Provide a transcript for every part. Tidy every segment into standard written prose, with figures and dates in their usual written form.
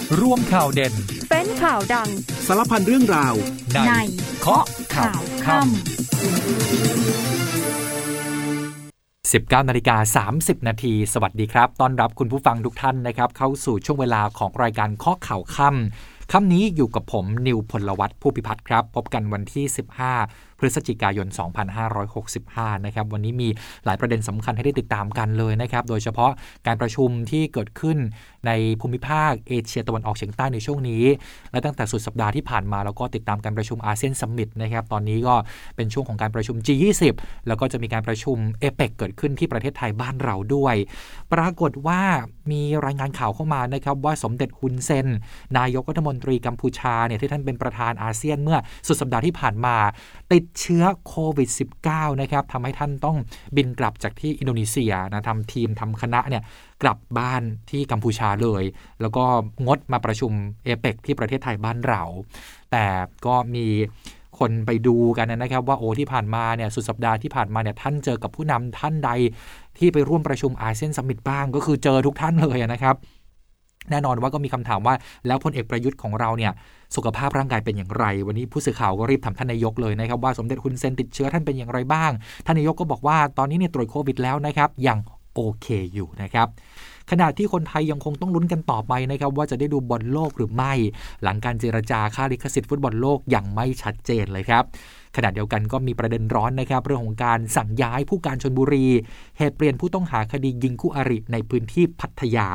ร่วมข่าวเด่นเป็นข่าวดังสารพันเรื่องราวในเคาะข่าวค่ำ 19:30 นาทีสวัสดีครับต้อนรับคุณผู้ฟังทุกท่านนะครับเข้าสู่ช่วงเวลาของรายการเคาะข่าวค่ำนี้อยู่กับผมนิวพลวัฒน์ผู้พิพัฒน์ครับพบกันวันที่15พฤศจิกายน2565นะครับวันนี้มีหลายประเด็นสำคัญให้ได้ติดตามกันเลยนะครับโดยเฉพาะการประชุมที่เกิดขึ้นในภูมิภาคเอเชียตะวันออกเฉียงใต้ในช่วงนี้และตั้งแต่สุดสัปดาห์ที่ผ่านมาแล้วก็ติดตามการประชุมอาเซียนซัมมิตนะครับตอนนี้ก็เป็นช่วงของการประชุม G20 แล้วก็จะมีการประชุมเอเปกเกิดขึ้นที่ประเทศไทยบ้านเราด้วยปรากฏว่ามีรายงานข่าวเข้ามานะครับว่าสมเด็จฮุนเซนนายกรัฐมนตรีกัมพูชาเนี่ยที่ท่านเป็นประธานอาเซียนเมื่อสุดสัปดาห์ที่ผ่านมาติดเชื้อโควิด -19 นะครับทำให้ท่านต้องบินกลับจากที่อินโดนีเซียนะทำทีมทำคณะเนี่ยกลับบ้านที่กัมพูชาเลยแล้วก็งดมาประชุมเอเปกที่ประเทศไทยบ้านเราแต่ก็มีคนไปดูกันนะครับว่าที่ผ่านมาเนี่ยสุดสัปดาห์ที่ผ่านมาเนี่ยท่านเจอกับผู้นำท่านใดที่ไปร่วมประชุมอาเซียนซัมมิตบ้างก็คือเจอทุกท่านเลยนะครับแน่นอนว่าก็มีคำถามว่าแล้วพลเอกประยุทธ์ของเราเนี่ยสุขภาพร่างกายเป็นอย่างไรวันนี้ผู้สื่อข่าวก็รีบถามท่านนายกเลยนะครับว่าสมเด็จฮุนเซนติดเชื้อท่านเป็นอย่างไรบ้างท่านนายกก็บอกว่าตอนนี้เนี่ยตรวจโควิดแล้วนะครับยังโอเคอยู่นะครับขณะที่คนไทยยังคงต้องลุ้นกันต่อไปนะครับว่าจะได้ดูบอลโลกหรือไม่หลังการเจรจาค่าลิขสิทธิ์ฟุตบอลโลกยังไม่ชัดเจนเลยครับขณะเดียวกันก็มีประเด็นร้อนนะครับเรื่องของการสั่งย้ายผู้การชลบุรีเหตุเปลี่ยนผู้ต้องหาคดียิงคู่อริในพื้นที่พัทยา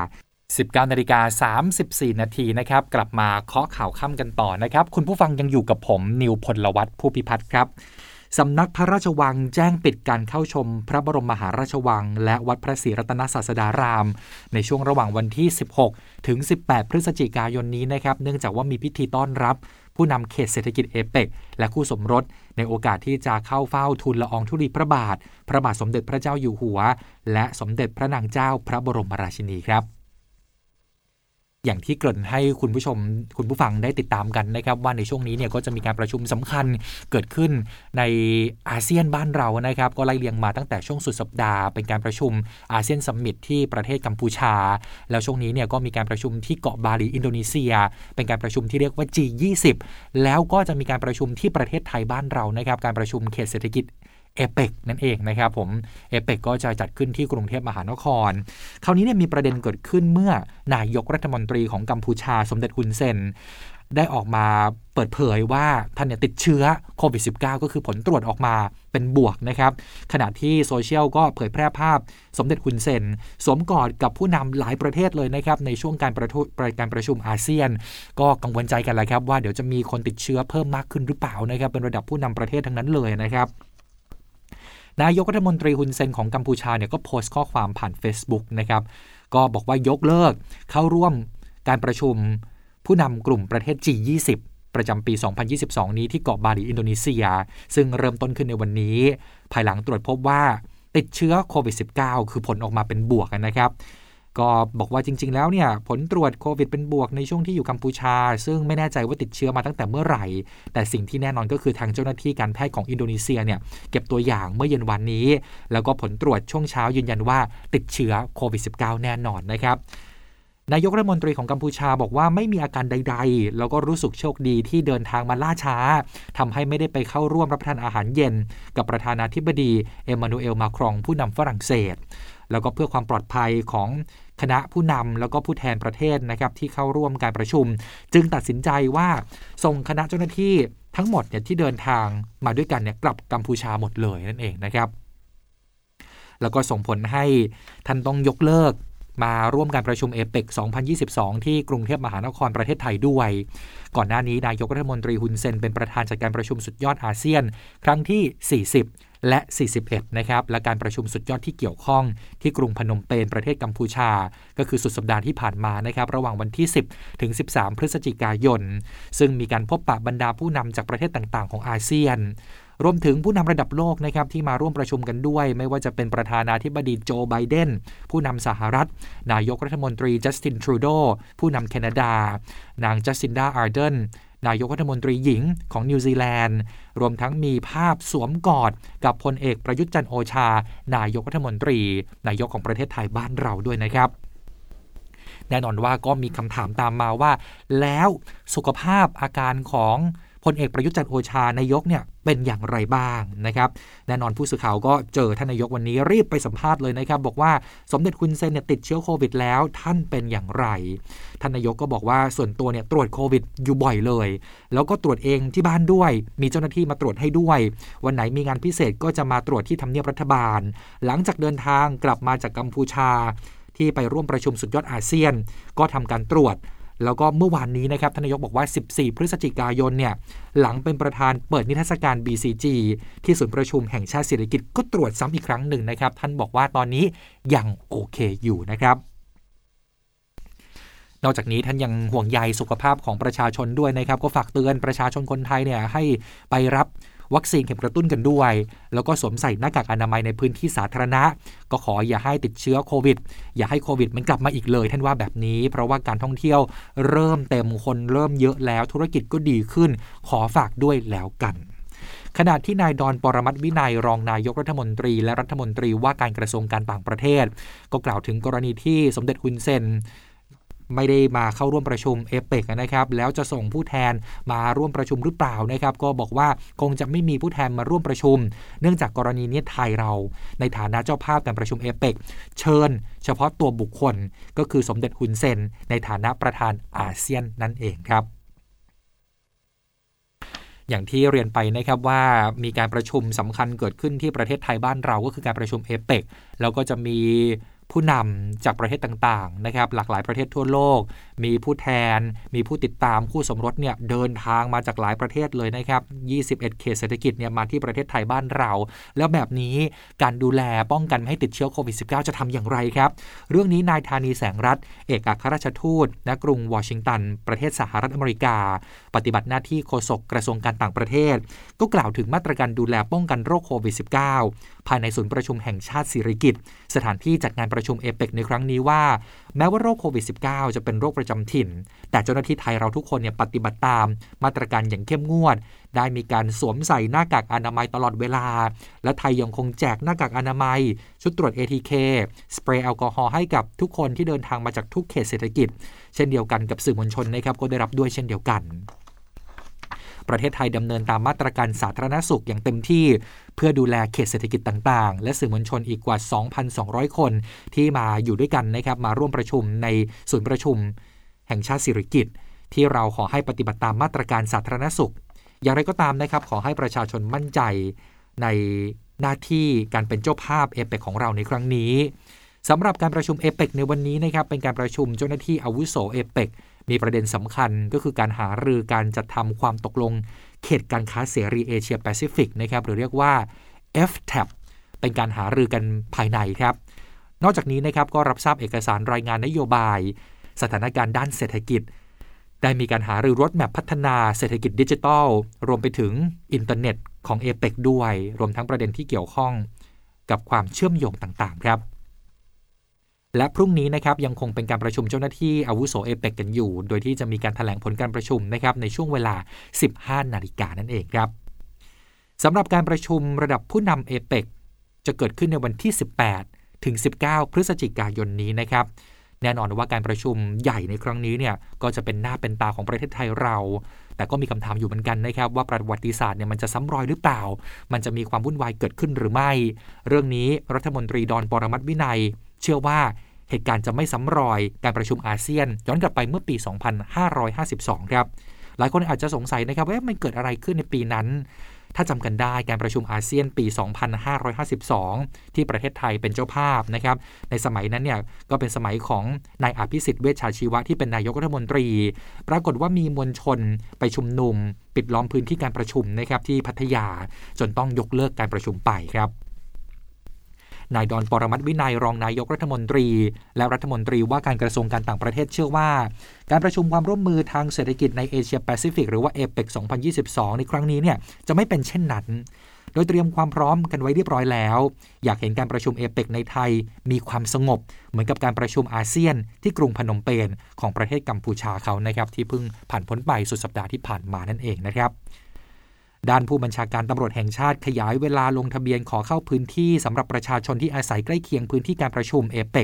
19:34 นาทีนะครับกลับมาเคาะข่าวค่ำกันต่อนะครับคุณผู้ฟังยังอยู่กับผมนิวพลวัฒน์ผู้พิพัฒน์ครับสำนักพระราชวังแจ้งปิดการเข้าชมพระบรมมหาราชวังและวัดพระศรีรัตนศาสดารามในช่วงระหว่างวันที่16ถึง18พฤศจิกายนนี้นะครับเนื่องจากว่ามีพิธีต้อนรับผู้นำเขตเศรษฐกิจเอเปกและคู่สมรสในโอกาสที่จะเข้าเฝ้าทูลละอองธุลีพระบาทสมเด็จพระเจ้าอยู่หัวและสมเด็จพระนางเจ้าพระบรมราชินีครับอย่างที่เกริ่นให้คุณผู้ฟังได้ติดตามกันนะครับว่าในช่วงนี้เนี่ยก็จะมีการประชุมสำคัญเกิดขึ้นในอาเซียนบ้านเรานะครับก็ไล่เรียงมาตั้งแต่ช่วงสุดสัปดาห์เป็นการประชุมอาเซียนซัมมิตที่ประเทศกัมพูชาแล้วช่วงนี้เนี่ยก็มีการประชุมที่เกาะบาหลีอินโดนีเซียเป็นการประชุมที่เรียกว่า G20 แล้วก็จะมีการประชุมที่ประเทศไทยบ้านเรานะครับการประชุมเขตเศรษฐกิจเอเปกนั่นเองนะครับผมเอเปกก็จะจัดขึ้นที่กรุงเทพมหานครคราวนี้เนี่ยมีประเด็นเกิดขึ้นเมื่อนายกรัฐมนตรีของกัมพูชาสมเด็จฮุนเซนได้ออกมาเปิดเผยว่าท่านเนี่ยติดเชื้อโควิด -19 ก็คือผลตรวจออกมาเป็นบวกนะครับขณะที่โซเชียลก็เผยแพร่ภาพสมเด็จฮุนเซนสวมกอดกับผู้นำหลายประเทศเลยนะครับในช่วงการประชุมอาเซียนก็กังวลใจกันแหละครับว่าเดี๋ยวจะมีคนติดเชื้อเพิ่มมากขึ้นหรือเปล่านะครับเป็นระดับผู้นำประเทศทั้งนั้นเลยนะครับนายกรัฐมนตรีฮุนเซนของกัมพูชาเนี่ยก็โพสต์ข้อความผ่าน Facebook นะครับก็บอกว่ายกเลิกเข้าร่วมการประชุมผู้นำกลุ่มประเทศ G20 ประจำปี 2022 นี้ที่เกาะบาหลีอินโดนีเซียซึ่งเริ่มต้นขึ้นในวันนี้ภายหลังตรวจพบว่าติดเชื้อโควิด -19 คือผลออกมาเป็นบวกนะครับก็บอกว่าจริงๆแล้วเนี่ยผลตรวจโควิดเป็นบวกในช่วงที่อยู่กัมพูชาซึ่งไม่แน่ใจว่าติดเชื้อมาตั้งแต่เมื่อไหร่แต่สิ่งที่แน่นอนก็คือทางเจ้าหน้าที่การแพทย์ของอินโดนีเซียเนี่ยเก็บตัวอย่างเมื่อเย็นวันนี้แล้วก็ผลตรวจช่วงเช้ายืนยันว่าติดเชื้อโควิด -19 แน่นอนนะครับนายกรัฐมนตรีของกัมพูชาบอกว่าไม่มีอาการใดๆแล้วก็รู้สึกโชคดีที่เดินทางมาล่าช้าทำให้ไม่ได้ไปเข้าร่วมรับประทานอาหารเย็นกับประธานาธิบดีเอมานูเอลมาครองผู้นำฝรั่งเศสแล้วก็เพื่อความปลอดภัยของคณะผู้นำแล้วก็ผู้แทนประเทศนะครับที่เข้าร่วมการประชุมจึงตัดสินใจว่าส่งคณะเจ้าหน้าที่ทั้งหมดเนี่ยที่เดินทางมาด้วยกันเนี่ยกลับกัมพูชาหมดเลยนั่นเองนะครับแล้วก็ส่งผลให้ท่านต้องยกเลิกมาร่วมการประชุมเอเปก 2022 ที่กรุงเทพมหานครประเทศไทยด้วยก่อนหน้านี้นายกรัฐมนตรีฮุนเซนเป็นประธานจัดการประชุมสุดยอดอาเซียนครั้งที่ 40 และ 41 นะครับและการประชุมสุดยอดที่เกี่ยวข้องที่กรุงพนมเปญประเทศกัมพูชาก็คือสุดสัปดาห์ที่ผ่านมานะครับระหว่างวันที่ 10 ถึง 13 พฤศจิกายนซึ่งมีการพบปะบรรดาผู้นำจากประเทศต่างๆของอาเซียนรวมถึงผู้นำระดับโลกนะครับที่มาร่วมประชุมกันด้วยไม่ว่าจะเป็นประธานาธิบดีโจไบเดนผู้นำสหรัฐนายกรัฐมนตรีจัสตินทรูโดผู้นำแคนาดานางจัสซินดาอาร์เดนนายกรัฐมนตรีหญิงของนิวซีแลนด์รวมทั้งมีภาพสวมกอดกับพลเอกประยุทธ์จันทร์โอชานายกรัฐมนตรีนายกของประเทศไทยบ้านเราด้วยนะครับแน่นอนว่าก็มีคำถามตามมาว่าแล้วสุขภาพอาการของพลเอกประยุทธ์จันทร์โอชานายกเนี่ยเป็นอย่างไรบ้างนะครับแน่นอนผู้สื่อข่าวก็เจอท่านนายกวันนี้รีบไปสัมภาษณ์เลยนะครับบอกว่าสมเด็จฮุนเซนเนี่ยติดเชื้อโควิดแล้วท่านเป็นอย่างไรท่านนายกก็บอกว่าส่วนตัวเนี่ยตรวจโควิดอยู่บ่อยเลยแล้วก็ตรวจเองที่บ้านด้วยมีเจ้าหน้าที่มาตรวจให้ด้วยวันไหนมีงานพิเศษก็จะมาตรวจที่ทำเนียบรัฐบาลหลังจากเดินทางกลับมาจากกัมพูชาที่ไปร่วมประชุมสุดยอดอาเซียนก็ทำการตรวจแล้วก็เมื่อวานนี้นะครับท่านนายกบอกว่า14พฤศจิกายนเนี่ยหลังเป็นประธานเปิดนิทรรศการ BCG ที่ศูนย์ประชุมแห่งชาติสิริกิติ์ก็ตรวจซ้ำอีกครั้งหนึ่งนะครับท่านบอกว่าตอนนี้ยังโอเคอยู่นะครับนอกจากนี้ท่านยังห่วงใยสุขภาพของประชาชนด้วยนะครับก็ฝากเตือนประชาชนคนไทยเนี่ยให้ไปรับวัคซีนเข็มกระตุ้นกันด้วยแล้วก็สวมใส่หน้ากากอนามัยในพื้นที่สาธารณะก็ขออย่าให้ติดเชื้อโควิดอย่าให้โควิดมันกลับมาอีกเลยท่านว่าแบบนี้เพราะว่าการท่องเที่ยวเริ่มเต็มคนเริ่มเยอะแล้วธุรกิจก็ดีขึ้นขอฝากด้วยแล้วกันขณะที่นายดอนปรมัตถ์วินัยรองนายกรัฐมนตรีและรัฐมนตรีว่าการกระทรวงการต่างประเทศก็กล่าวถึงกรณีที่สมเด็จฮุนเซนไม่ได้มาเข้าร่วมประชุมเอเปกนะครับแล้วจะส่งผู้แทนมาร่วมประชุมหรือเปล่านะครับก็บอกว่าคงจะไม่มีผู้แทนมาร่วมประชุมเนื่องจากกรณีนี้ไทยเราในฐานะเจ้าภาพการประชุมเอเปกเชิญเฉพาะตัวบุคคลก็คือสมเด็จฮุนเซนในฐานะประธานอาเซียนนั่นเองครับอย่างที่เรียนไปนะครับว่ามีการประชุมสำคัญเกิดขึ้นที่ประเทศไทยบ้านเราก็คือการประชุมเอเปกแล้วก็จะมีผู้นำจากประเทศต่างๆนะครับหลากหลายประเทศทั่วโลกมีผู้แทนมีผู้ติดตามคู่สมรสเนี่ยเดินทางมาจากหลายประเทศเลยนะครับ21เขตเศรษฐกิจเนี่ยมาที่ประเทศไทยบ้านเราแล้วแบบนี้การดูแลป้องกันไม่ให้ติดเชื้อโควิด -19 จะทำอย่างไรครับเรื่องนี้นายธานีแสงรัตน์เอกอัครราชทูตณกรุงวอชิงตันประเทศสหรัฐอเมริกาปฏิบัติหน้าที่โฆษกกระทรวงการต่างประเทศก็กล่าวถึงมาตรการดูแลป้องกันโรคโควิด -19 ภายในศูนย์ประชุมแห่งชาติสิริกิติ์สถานที่จัดงานประชุมเอเปกในครั้งนี้ว่าแม้ว่าโรคโควิด -19 จะเป็นโรคประจำถิ่นแต่เจ้าหน้าที่ไทยเราทุกคนเนี่ยปฏิบัติตามมาตรการอย่างเข้มงวดได้มีการสวมใส่หน้ากากอนามัยตลอดเวลาและไทยยังคงแจกหน้ากากอนามัยชุดตรวจ ATK สเปรย์แอลกอฮอล์ให้กับทุกคนที่เดินทางมาจากทุกเขตเศรษฐกิจเช่นเดียวกันกับสื่อมวลชนนะครับก็ได้รับด้วยเช่นเดียวกันประเทศไทยดำเนินตามมาตรการสาธารณสุขอย่างเต็มที่เพื่อดูแลเขตเศรษฐกิจต่างๆและสื่อมวลชนอีกกว่า 2,200 คนที่มาอยู่ด้วยกันนะครับมาร่วมประชุมในศูนย์ประชุมแห่งชาติสิริกิติ์ที่เราขอให้ปฏิบัติตามมาตรการสาธารณสุขอย่างไรก็ตามนะครับขอให้ประชาชนมั่นใจในหน้าที่การเป็นเจ้าภาพเอเปกของเราในครั้งนี้สำหรับการประชุมเอเปกในวันนี้นะครับเป็นการประชุมเจ้าหน้าที่อาวุโสเอเปกมีประเด็นสำคัญก็คือการหารือการจัดทำความตกลงเขตการค้าเสรีเอเชียแปซิฟิกนะครับหรือเรียกว่า FTAP เป็นการหารือกันภายในครับนอกจากนี้นะครับก็รับทราบเอกสารรายงานนโยบายสถานการณ์ด้านเศรษฐกิจได้มีการหารือรถแมพพัฒนาเศรษฐกิจดิจิทัลรวมไปถึงอินเทอร์เน็ตของเอเปกด้วยรวมทั้งประเด็นที่เกี่ยวข้องกับความเชื่อมโยงต่างๆครับและพรุ่งนี้นะครับยังคงเป็นการประชุมเจ้าหน้าที่อาวุโสเอเปกกันอยู่โดยที่จะมีการแถลงผลการประชุมนะครับในช่วงเวลา 15 นาฬิกานั่นเองครับสำหรับการประชุมระดับผู้นำเอเปกจะเกิดขึ้นในวันที่ 18 ถึง 19 พฤศจิกายนนี้นะครับแน่นอนว่าการประชุมใหญ่ในครั้งนี้เนี่ยก็จะเป็นหน้าเป็นตาของประเทศไทยเราแต่ก็มีคำถามอยู่เหมือนกันนะครับว่าประวัติศาสตร์เนี่ยมันจะซ้ำรอยหรือเปล่ามันจะมีความวุ่นวายเกิดขึ้นหรือไม่เรื่องนี้รัฐมนตรีดอนปรมัตถ์วินัยเชื่อว่าเหตุการณ์จะไม่ซ้ำรอยการประชุมอาเซียนย้อนกลับไปเมื่อปี 2552 ครับหลายคนอาจจะสงสัยนะครับว่ามันเกิดอะไรขึ้นในปีนั้นถ้าจำกันได้การประชุมอาเซียนปี 2552 ที่ประเทศไทยเป็นเจ้าภาพนะครับในสมัยนั้นเนี่ยก็เป็นสมัยของนายอภิสิทธิ์เวชชาชีวะที่เป็นนายกรัฐมนตรีปรากฏว่ามีมวลชนไปชุมนุมปิดล้อมพื้นที่การประชุมนะครับที่พัทยาจนต้องยกเลิกการประชุมไปครับนายดอนปรมัตถ์วินัยรองนายกรัฐมนตรีและรัฐมนตรีว่าการกระทรวงการต่างประเทศเชื่อว่าการประชุมความร่วมมือทางเศรษฐกิจในเอเชียแปซิฟิกหรือว่าเอเปก 2022 ในครั้งนี้เนี่ยจะไม่เป็นเช่นนั้นโดยเตรียมความพร้อมกันไว้เรียบร้อยแล้วอยากเห็นการประชุมเอเปกในไทยมีความสงบเหมือนกับการประชุมอาเซียนที่กรุงพนมเปญของประเทศกัมพูชาเขานะครับที่เพิ่งผ่านพ้นไปสุดสัปดาห์ที่ผ่านมานั่นเองนะครับด้านผู้บัญชาการตำรวจแห่งชาติขยายเวลาลงทะเบียนขอเข้าพื้นที่สำหรับประชาชนที่อาศัยใกล้เคียงพื้นที่การประชุมเอเปก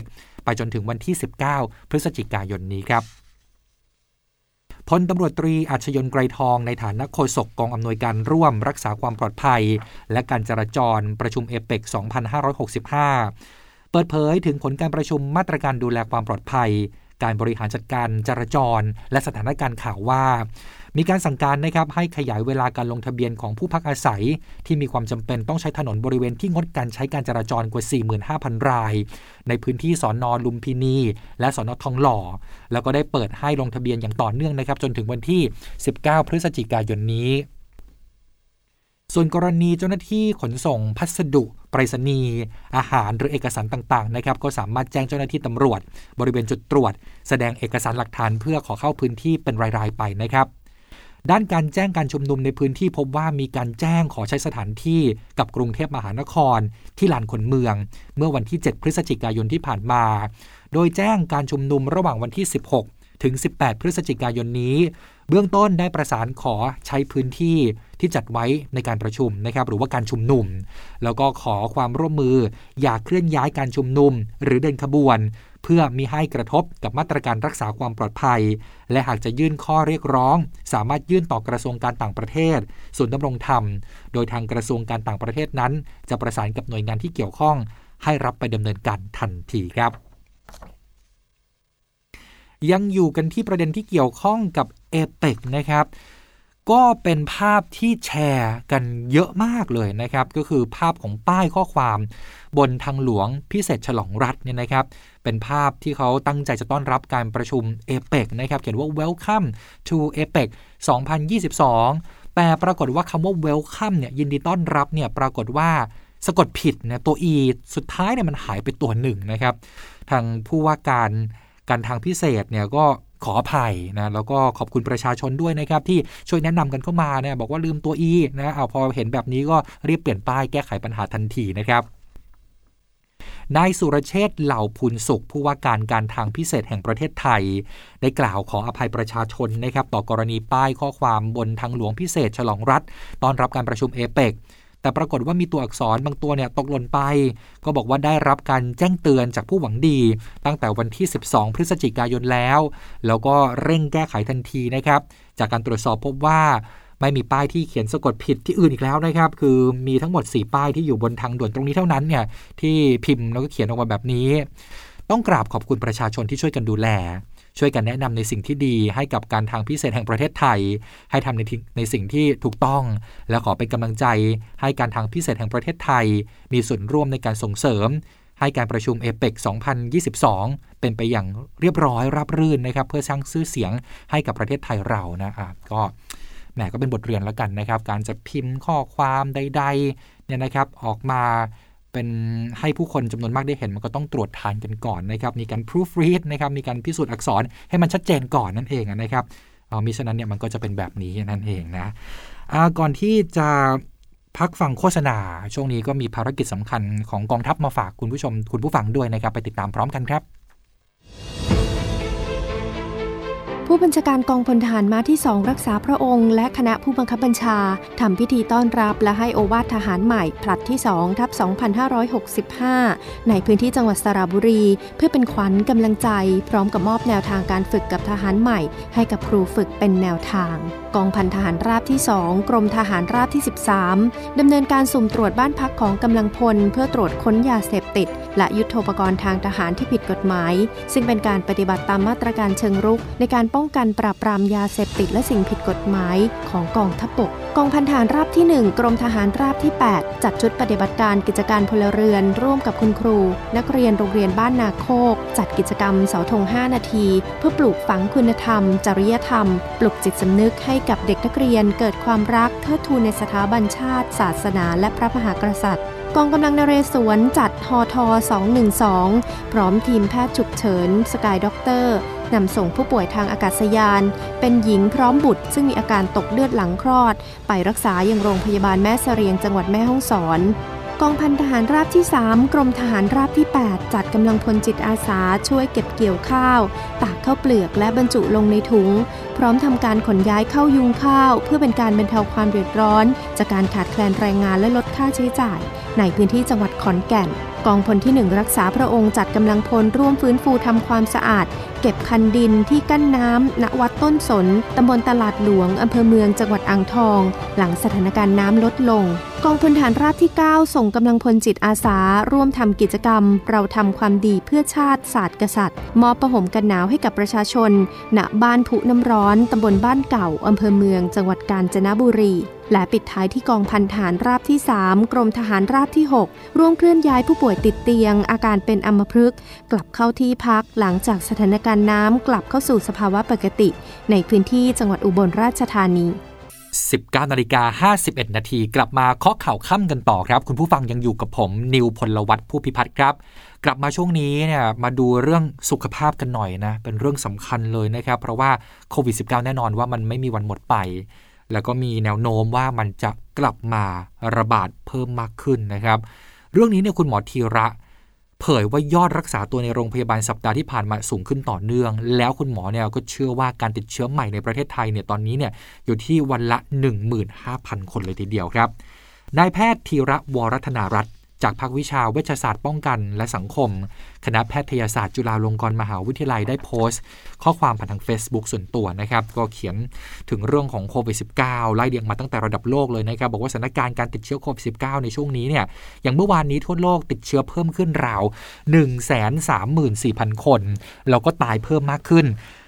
ไปจนถึงวันที่19พฤศจิกายนนี้ครับพลตำรวจตรีอัชยนต์ไกรทองในฐานะโฆษกกองอำนวยการร่วมรักษาความปลอดภัยและการจราจรประชุมเอเปก 2565 เปิดเผยถึงผลการประชุมมาตรการดูแลความปลอดภัยการบริหารจัดการจราจรและสถานการณ์ข่าวว่ามีการสั่งการนะครับให้ขยายเวลาการลงทะเบียนของผู้พักอาศัยที่มีความจำเป็นต้องใช้ถนนบริเวณที่งดการใช้การจราจรกว่า 45,000 รายในพื้นที่สน.ลุมพินีและสน.ทองหล่อแล้วก็ได้เปิดให้ลงทะเบียนอย่างต่อเนื่องนะครับจนถึงวันที่19พฤศจิกายนนี้ส่วนกรณีเจ้าหน้าที่ขนส่งพัสดุไปรษณีย์อาหารหรือเอกสารต่างๆนะครับก็สามารถแจ้งเจ้าหน้าที่ตำรวจบริเวณจุดตรวจแสดงเอกสารหลักฐานเพื่อขอเข้าพื้นที่เป็นรายๆไปนะครับด้านการแจ้งการชุมนุมในพื้นที่พบว่ามีการแจ้งขอใช้สถานที่กับกรุงเทพมหานครที่ลานคนเมืองเมื่อวันที่7พฤศจิกายนที่ผ่านมาโดยแจ้งการชุมนุมระหว่างวันที่16ถึง18พฤศจิกายนนี้เบื้องต้นได้ประสานขอใช้พื้นที่ที่จัดไว้ในการประชุมนะครับหรือว่าการชุมนุมแล้วก็ขอความร่วมมืออย่าเคลื่อนย้ายการชุมนุมหรือเดินขบวนเพื่อมิให้กระทบกับมาตรการรักษาความปลอดภัยและหากจะยื่นข้อเรียกร้องสามารถยื่นต่อกระทรวงการต่างประเทศศูนย์ดำรงธรรมโดยทางกระทรวงการต่างประเทศนั้นจะประสานกับหน่วยงานที่เกี่ยวข้องให้รับไปดำเนินการทันทีครับยังอยู่กันที่ประเด็นที่เกี่ยวข้องกับเอเปกนะครับก็เป็นภาพที่แชร์กันเยอะมากเลยนะครับก็คือภาพของป้ายข้อความบนทางหลวงพิเศษฉลองรัฐเนี่ยนะครับเป็นภาพที่เขาตั้งใจจะต้อนรับการประชุมเอเปกนะครับเขียนว่า Welcome to APEC 2022แต่ปรากฏว่าคำว่า Welcome เนี่ยยินดีต้อนรับเนี่ยปรากฏว่าสะกดผิดนะตัว E สุดท้ายเนี่ยมันหายไปตัวหนึ่งนะครับทางผู้ว่าการทางพิเศษเนี่ยก็ขออภัยนะแล้วก็ขอบคุณประชาชนด้วยนะครับที่ช่วยแนะนำกันเข้ามาเนี่ยบอกว่าลืมตัว E นะพอเห็นแบบนี้ก็รีบเปลี่ยนป้ายแก้ไขปัญหาทันทีนะครับนายสุรเชษฐ์เหล่าพูนสุขผู้ว่าการทางพิเศษแห่งประเทศไทยได้กล่าวขออภัยประชาชนนะครับต่อกรณีป้ายข้อความบนทางหลวงพิเศษฉลองรัฐต้อนรับการประชุมเอเปกแต่ปรากฏว่ามีตัวอักษรบางตัวเนี่ยตกหล่นไปก็บอกว่าได้รับการแจ้งเตือนจากผู้หวังดีตั้งแต่วันที่12พฤศจิกายนแล้วก็เร่งแก้ไขทันทีนะครับจากการตรวจสอบพบว่าไม่มีป้ายที่เขียนสะกดผิดที่อื่นอีกแล้วนะครับคือมีทั้งหมด4ป้ายที่อยู่บนทางด่วนตรงนี้เท่านั้นเนี่ยที่พิมพ์แล้วก็เขียนออกมาแบบนี้ต้องกราบขอบคุณประชาชนที่ช่วยกันดูแลช่วยกันแนะนำในสิ่งที่ดีให้กับการทางพิเศษแห่งประเทศไทยให้ทำในสิ่งที่ถูกต้องและขอเป็นกำลังใจให้การทางพิเศษแห่งประเทศไทยมีส่วนร่วมในการส่งเสริมให้การประชุมเอเปก 2022 เป็นไปอย่างเรียบร้อยราบรื่นนะครับเพื่อสร้างชื่อเสียงให้กับประเทศไทยเรานะก็แหมก็เป็นบทเรียนแล้วกันนะครับการจะพิมพ์ข้อความใดๆเนี่ยนะครับออกมาเป็นให้ผู้คนจำนวนมากได้เห็นมันก็ต้องตรวจทานกันก่อนนะครับมีการ proofread นะครับมีการพิสูจน์อักษรให้มันชัดเจนก่อนนั่นเองนะครับมิฉะนั้นเนี่ยมันก็จะเป็นแบบนี้นั่นเองนะก่อนที่จะพักฟังโฆษณาช่วงนี้ก็มีภารกิจสำคัญของกองทัพมาฝากคุณผู้ชมคุณผู้ฟังด้วยนะครับไปติดตามพร้อมกันครับผู้บัญชาการกองพลทหารม้าที่2รักษาพระองค์และคณะผู้บังคับบัญชาทำพิธีต้อนรับและให้โอวาททหารใหม่ผลัดที่2/2565ในพื้นที่จังหวัดสระบุรีเพื่อเป็นขวัญกำลังใจพร้อมกับมอบแนวทางการฝึกกับทหารใหม่ให้กับครูฝึกเป็นแนวทางกองพันทหารราบที่2กรมทหารราบที่13ดำเนินการสุ่มตรวจบ้านพักของกำลังพลเพื่อตรวจค้นยาเสพติดและยุทโธปกรณ์ทางทหารที่ผิดกฎหมายซึ่งเป็นการปฏิบัติตามมาตรการเชิงรุกในการป้องกันปราบปรามยาเสพติดและสิ่งผิดกฎหมายของกองทัพบกกองพันทหารราบที่1กรมทหารราบที่8จัดชุดปฏิบัติการกิจการพลเรือนร่วมกับคุณครูนักเรียนโรงเรียนบ้านนาโคกจัดกิจกรรมเสาธง5นาทีเพื่อปลูกฝังคุณธรรมจริยธรรมปลุกจิตสำนึกให้กับเด็กนักเรียนเกิดความรักเทิดทูนในสถาบันชาติศาสนาและพระมหากษัตริย์กองกำลังนเรศวรจัดฮท212พร้อมทีมแพทย์ฉุกเฉินสกายด็อกเตอร์นำส่งผู้ป่วยทางอากาศยานเป็นหญิงพร้อมบุตรซึ่งมีอาการตกเลือดหลังคลอดไปรักษายังโรงพยาบาลแม่เสรียงจังหวัดแม่ฮ่องสอนกองพันทหารราบที่3กรมทหารราบที่8จัดกกำลังพลจิตอาสาช่วยเก็บเกี่ยวข้าวตากข้าวเปลือกและบรรจุลงในถุงพร้อมทำการขนย้ายเข้ายุงข้าวเพื่อเป็นการบรรเทาความเดือดร้อนจากการขาดแคลนแรงงานและลดค่าใช้จ่ายในพื้นที่จังหวัดขอนแก่นกองพลที่ 1 รักษาพระองค์จัดกำลังพลร่วมฟื้นฟูทำความสะอาดเก็บคันดินที่กั้นน้ำณวัดต้นสนตำบลตลาดหลวงอำเภอเมืองจังหวัดอ่างทองหลังสถานการณ์น้ำลดลงกองพลฐานราบที่ 9 ส่งกำลังพลจิตอาสาร่วมทำกิจกรรมเราทำความดีเพื่อชาติศาสตร์กษัตริย์มอบผ้าห่มกันหนาวให้กับประชาชนณบ้านผุน้ำร้อนตำบลบ้านเก่าอำเภอเมืองจังหวัดกาญจนบุรีและปิดท้ายที่กองพันทหารราบที่ 3 กรมทหารราบที่ 6 ร่วมเคลื่อนย้ายผู้ป่วยติดเตียงอาการเป็นอัมพฤกษ์กลับเข้าที่พักหลังจากสถานการณ์น้ำกลับเข้าสู่สภาวะปกติในพื้นที่จังหวัดอุบลราชธานี 19:51 นาทีกลับมาเคาะข่าวค่ำกันต่อครับคุณผู้ฟังยังอยู่กับผมนิวพลวัฒน์ผู้พิพัฒน์ครับกลับมาช่วงนี้เนี่ยมาดูเรื่องสุขภาพกันหน่อยนะเป็นเรื่องสำคัญเลยนะครับเพราะว่าโควิด -19 แน่นอนว่ามันไม่มีวันหมดไปแล้วก็มีแนวโน้มว่ามันจะกลับมาระบาดเพิ่มมากขึ้นนะครับเรื่องนี้เนี่ยคุณหมอธีระเผยว่ายอดรักษาตัวในโรงพยาบาลสัปดาห์ที่ผ่านมาสูงขึ้นต่อเนื่องแล้วคุณหมอเนี่ยก็เชื่อว่าการติดเชื้อใหม่ในประเทศไทยเนี่ยตอนนี้เนี่ยอยู่ที่วันละ 15,000 คนเลยทีเดียวครับนายแพทย์ธีระวรธนารัตน์จากภาควิชาเวชศาสตร์ป้องกันและสังคมคณะแพทยศาสตร์จุฬาลงกรณ์มหาวิทยาลัยได้โพสต์ข้อความผ่านทาง Facebook ส่วนตัวนะครับก็เขียนถึงเรื่องของโควิด -19 ไล่เรียงมาตั้งแต่ระดับโลกเลยนะครับบอกว่าสถานการณ์การติดเชื้อโควิด -19 ในช่วงนี้เนี่ยอย่างเมื่อวานนี้ทั่วโลกติดเชื้อเพิ่มขึ้นราว 134,000 คนแล้วก็ตายเพิ่มมากขึ้น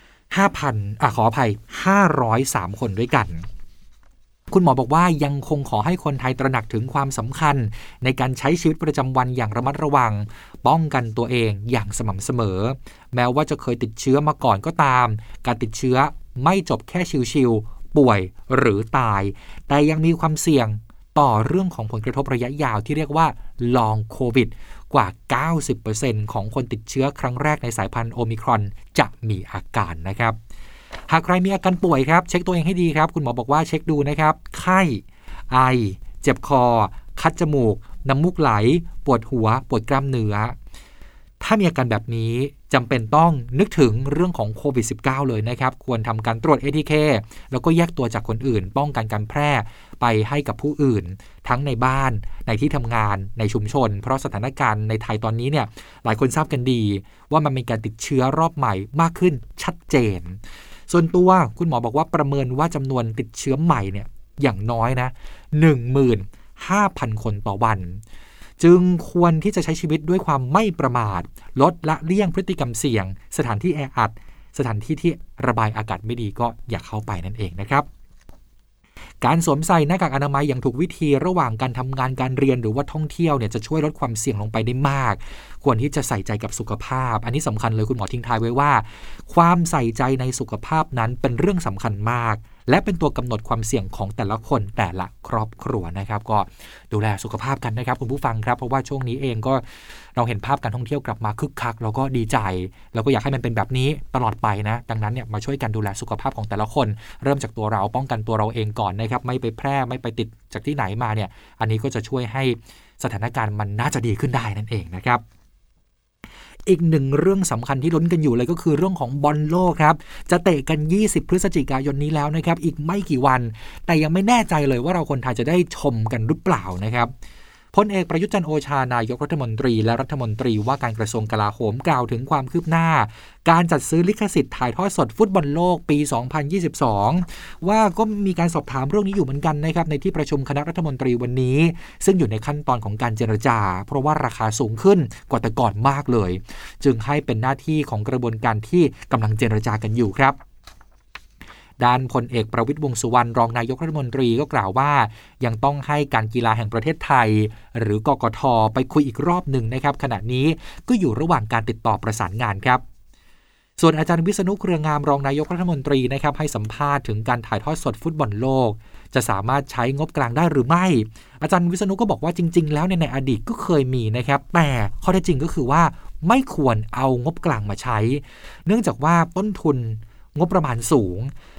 503 คนด้วยกันคุณหมอบอกว่ายังคงขอให้คนไทยตระหนักถึงความสำคัญในการใช้ชีวิตประจำวันอย่างระมัดระวังป้องกันตัวเองอย่างสม่ำเสมอแม้ว่าจะเคยติดเชื้อมาก่อนก็ตามการติดเชื้อไม่จบแค่ชิวๆป่วยหรือตายแต่ยังมีความเสี่ยงต่อเรื่องของผลกระทบระยะยาวที่เรียกว่า Long COVID กว่า 90% ของคนติดเชื้อครั้งแรกในสายพันธุ์โอมิครอนจะมีอาการนะครับหากใครมีอาการป่วยครับเช็คตัวเองให้ดีครับคุณหมอบอกว่าเช็คดูนะครับไข้ไอเจ็บคอคัดจมูกน้ำมูกไหลปวดหัวปวดกล้ามเนื้อถ้ามีอาการแบบนี้จำเป็นต้องนึกถึงเรื่องของโควิด -19 เลยนะครับควรทำการตรวจ ATK แล้วก็แยกตัวจากคนอื่นป้องกันการแพร่ไปให้กับผู้อื่นทั้งในบ้านในที่ทำงานในชุมชนเพราะสถานการณ์ในไทยตอนนี้เนี่ยหลายคนทราบกันดีว่ามันมีการติดเชื้อรอบใหม่มากขึ้นชัดเจนส่วนตัวคุณหมอบอกว่าประเมินว่าจำนวนติดเชื้อใหม่เนี่ยอย่างน้อยนะ 15,000 คนต่อวันจึงควรที่จะใช้ชีวิตด้วยความไม่ประมาทลดละเลี่ยงพฤติกรรมเสี่ยงสถานที่แออัดสถานที่ที่ระบายอากาศไม่ดีก็อย่าเข้าไปนั่นเองนะครับการสวมใส่หน้ากากอนามัยอย่างถูกวิธีระหว่างการทำงานการเรียนหรือว่าท่องเที่ยวเนี่ยจะช่วยลดความเสี่ยงลงไปได้มากควรที่จะใส่ใจกับสุขภาพอันนี้สำคัญเลยคุณหมอทิ้งท้ายไว้ว่าความใส่ใจในสุขภาพนั้นเป็นเรื่องสำคัญมากและเป็นตัวกำหนดความเสี่ยงของแต่ละคนแต่ละครอบครัวนะครับก็ดูแลสุขภาพกันนะครับคุณผู้ฟังครับเพราะว่าช่วงนี้เองก็เราเห็นภาพการท่องเที่ยวกลับมาคึกคักแล้วก็ดีใจแล้วก็อยากให้มันเป็นแบบนี้ตลอดไปนะดังนั้นเนี่ยมาช่วยกันดูแลสุขภาพของแต่ละคนเริ่มจากตัวเราป้องกันตัวเราเองก่อนนะครับไม่ไปแพร่ไม่ไปติดจากที่ไหนมาเนี่ยอันนี้ก็จะช่วยให้สถานการณ์มันน่าจะดีขึ้นได้นั่นเองนะครับอีกหนึ่งเรื่องสำคัญที่ลุ้นกันอยู่เลยก็คือเรื่องของบอลโลกครับจะเตะกัน20พฤศจิกายนนี้แล้วนะครับอีกไม่กี่วันแต่ยังไม่แน่ใจเลยว่าเราคนไทยจะได้ชมกันหรือเปล่านะครับพลเอกประยุทธ์จันทร์โอชานายกรัฐมนตรีและรัฐมนตรีว่าการกระทรวงกลาโหมกล่าวถึงความคืบหน้าการจัดซื้อลิขสิทธิ์ถ่ายทอดสดฟุตบอลโลกปี 2022 ว่าก็มีการสอบถามเรื่องนี้อยู่เหมือนกันนะครับในที่ประชุมคณะรัฐมนตรีวันนี้ซึ่งอยู่ในขั้นตอนของการเจรจาเพราะว่าราคาสูงขึ้นกว่าแต่ก่อนมากเลยจึงให้เป็นหน้าที่ของกระบวนการที่กำลังเจรจากันอยู่ครับด้านพลเอกประวิตรวงษ์สุวรรณรองนายกรัฐมนตรีก็กล่าวว่ายังต้องให้การกีฬาแห่งประเทศไทยหรือกกท.ไปคุยอีกรอบหนึ่งนะครับขณะนี้ก็อยู่ระหว่างการติดต่อประสานงานครับส่วนอาจารย์วิษณุเครืองามรองนายกรัฐมนตรีนะครับให้สัมภาษณ์ถึงการถ่ายทอดสดฟุตบอลโลกจะสามารถใช้งบกลางได้หรือไม่อาจารย์วิษณุก็บอกว่าจริงๆแล้วในอดีตก็เคยมีนะครับแต่ข้อเท็จจริงก็คือว่าไม่ควรเอางบกลางมาใช้เนื่องจากว่าต้นทุนงบประมาณสูง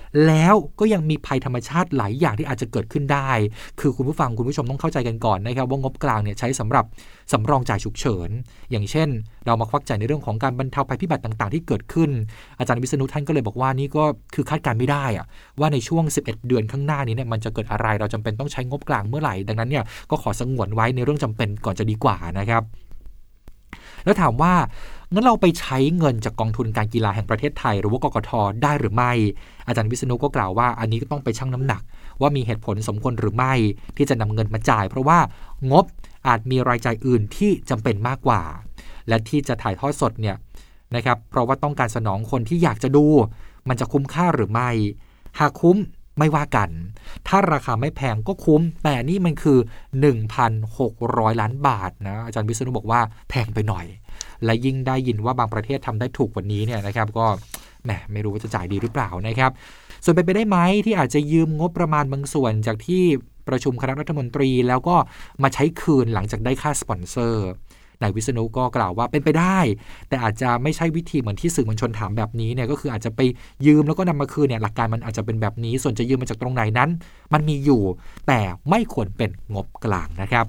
แล้วก็ยังมีภัยธรรมชาติหลายอย่างที่อาจจะเกิดขึ้นได้คือคุณผู้ฟังคุณผู้ชมต้องเข้าใจกันก่อนนะครับว่างบกลางเนี่ยใช้สำหรับสำรองจ่ายฉุกเฉินอย่างเช่นเรามาควักจ่ายในเรื่องของการบรรเทาภัยพิบัติต่างๆที่เกิดขึ้นอาจารย์วิษณุท่านก็เลยบอกว่านี่ก็คือคาดการณ์ไม่ได้อะว่าในช่วง11เดือนข้างหน้านี้เนี่ยมันจะเกิดอะไรเราจำเป็นต้องใช้งบกลางเมื่อไหร่ดังนั้นเนี่ยก็ขอสงวนไว้ในเรื่องจำเป็นก่อนจะดีกว่านะครับแล้วถามว่างั้นเราไปใช้เงินจากกองทุนการกีฬาแห่งประเทศไทยหรือว่ากกท.ได้หรือไม่อาจารย์วิษณุก็กล่าวว่าอันนี้ก็ต้องไปชั่งน้ำหนักว่ามีเหตุผลสมควรหรือไม่ที่จะนำเงินมาจ่ายเพราะว่างบอาจมีรายจ่ายอื่นที่จำเป็นมากกว่าและที่จะถ่ายทอดสดเนี่ยนะครับเพราะว่าต้องการสนองคนที่อยากจะดูมันจะคุ้มค่าหรือไม่หากคุ้มไม่ว่ากันถ้าราคาไม่แพงก็คุ้มแต่นี่มันคือ 1,600 ล้านบาทนะอาจารย์วิษณุบอกว่าแพงไปหน่อยและยิ่งได้ยินว่าบางประเทศทำได้ถูกกว่านี้เนี่ยนะครับก็แหมไม่รู้ว่าจะจ่ายดีหรือเปล่านะครับส่วนเป็นไปได้ไหมที่อาจจะยืมงบประมาณบางส่วนจากที่ประชุมคณะรัฐมนตรีแล้วก็มาใช้คืนหลังจากได้ค่าสปอนเซอร์นายวิษณุก็กล่าวว่าเป็นไปได้แต่อาจจะไม่ใช่วิธีเหมือนที่สื่อมวลชนถามแบบนี้เนี่ยก็คืออาจจะไปยืมแล้วก็นำมาคืนเนี่ยหลักการมันอาจจะเป็นแบบนี้ส่วนจะยืมมาจากตรงไหนนั้นมันมีอยู่แต่ไม่ควรเป็นงบกลางนะครับ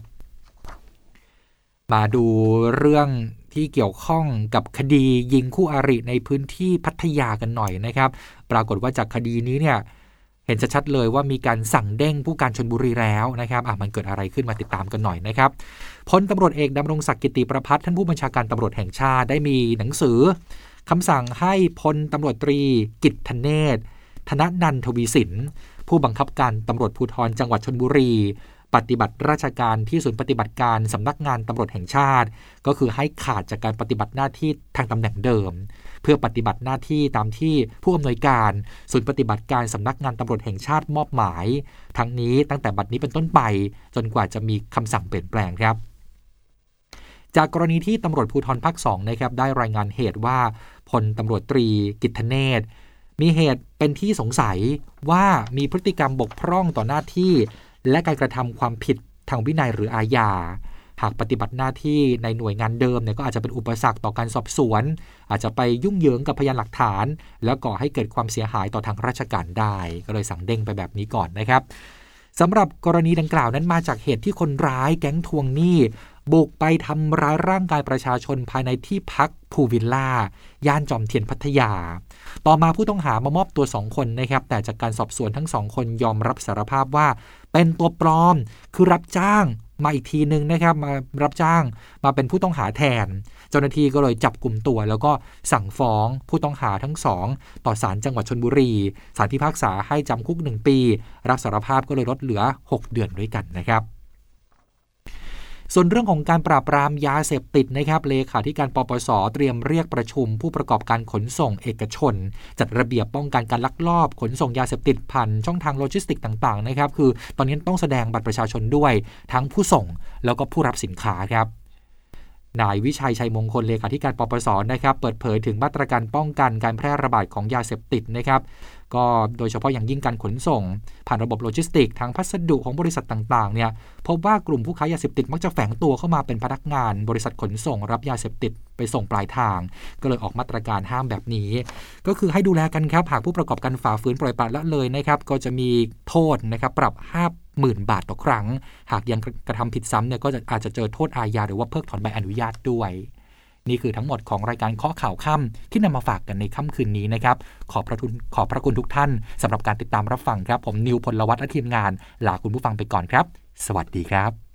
มาดูเรื่องที่เกี่ยวข้องกับคดียิงคู่อริในพื้นที่พัทยากันหน่อยนะครับปรากฏว่าจากคดีนี้เนี่ยเห็นชัดๆเลยว่ามีการสั่งเด้งผู้การชลบุรีแล้วนะครับมันเกิดอะไรขึ้นมาติดตามกันหน่อยนะครับพลตำรวจเอกดำรงศักดิ์กิติประภัสท่านผู้บัญชาการตำรวจแห่งชาติได้มีหนังสือคำสั่งให้พลตำรวจตรีกิตติเนศธนนันทวีสินผู้บังคับการตำรวจภูธรจังหวัดชลบุรีปฏิบัติราชการที่ศูนย์ปฏิบัติการสำนักงานตำรวจแห่งชาติก็คือให้ขาดจากการปฏิบัติหน้าที่ทางตำแหน่งเดิมเพื่อปฏิบัติหน้าที่ตามที่ผู้อำนวยการศูนย์ปฏิบัติการสำนักงานตำรวจแห่งชาติมอบหมายทั้งนี้ตั้งแต่บัดนี้เป็นต้นไปจนกว่าจะมีคำสั่งเปลี่ยนแปลงครับจากกรณีที่ตำรวจภูธรภาค 2นะครับได้รายงานเหตุว่าพลตำรวจตรีกิตติเนศมีเหตุเป็นที่สงสัยว่ามีพฤติกรรมบกพร่องต่อหน้าที่และการกระทำความผิดทางวินัยหรืออาญาหากปฏิบัติหน้าที่ในหน่วยงานเดิมเนี่ยก็อาจจะเป็นอุปสรรคต่อการสอบสวนอาจจะไปยุ่งเหยิงกับพยานหลักฐานแล้วก่อให้เกิดความเสียหายต่อทางราชการได้ก็เลยสั่งเด้งไปแบบนี้ก่อนนะครับสำหรับกรณีดังกล่าวนั้นมาจากเหตุที่คนร้ายแก๊งทวงหนี้บุกไปทำร้ายร่างกายประชาชนภายในที่พักพูวิลล่าย่านจอมเทียนพัทยาต่อมาผู้ต้องหามามอบตัว2คนนะครับแต่จากการสอบสวนทั้ง2คนยอมรับสารภาพว่าเป็นตัวปลอมคือรับจ้างมาอีกทีนึงนะครับมารับจ้างมาเป็นผู้ต้องหาแทนเจ้าหน้าที่ก็เลยจับกุมตัวแล้วก็สั่งฟ้องผู้ต้องหาทั้ง2ต่อศาลจังหวัดชลบุรีศาลพิพากษาให้จำคุก1ปีรับสารภาพก็เลยลดเหลือ6เดือนด้วยกันนะครับส่วนเรื่องของการปราบปรามยาเสพติดนะครับเลขาธิการปปส.เตรียมเรียกประชุมผู้ประกอบการขนส่งเอกชนจัดระเบียบป้องกันการลักลอบขนส่งยาเสพติดผ่านช่องทางโลจิสติกต่างๆนะครับคือตอนนี้ต้องแสดงบัตรประชาชนด้วยทั้งผู้ส่งแล้วก็ผู้รับสินค้าครับนายวิชัยชัยมงคลเลขาธิการปปส.นะครับเปิดเผยถึงมาตรการป้องกันการแพร่ระบาดของยาเสพติดนะครับก็โดยเฉพาะอย่างยิ่งการขนส่งผ่านระบบโลจิสติกทางพัสดุของบริษัทต่างๆเนี่ยพบว่ากลุ่มผู้ค้ายาเสพติดมักจะแฝงตัวเข้ามาเป็นพนักงานบริษัทขนส่งรับยาเสพติดไปส่งปลายทางก็เลยออกมาตรการห้ามแบบนี้ก็คือให้ดูแลกันครับหากผู้ประกอบการฝ่าฝืนปล่อยปละละเลยนะครับก็จะมีโทษนะครับปรับ50,000 บาทต่อครั้งหากยังกระทำผิดซ้ำเนี่ยก็อาจจะเจอโทษอาญาหรือว่าเพิกถอนใบอนุญาตด้วยนี่คือทั้งหมดของรายการเคาะข่าวค่ำที่นำมาฝากกันในค่ำคืนนี้นะครับขอบพระคุณทุกท่านสำหรับการติดตามรับฟังครับผมนิวพลวัฒน์และทีมงานลาคุณผู้ฟังไปก่อนครับสวัสดีครับ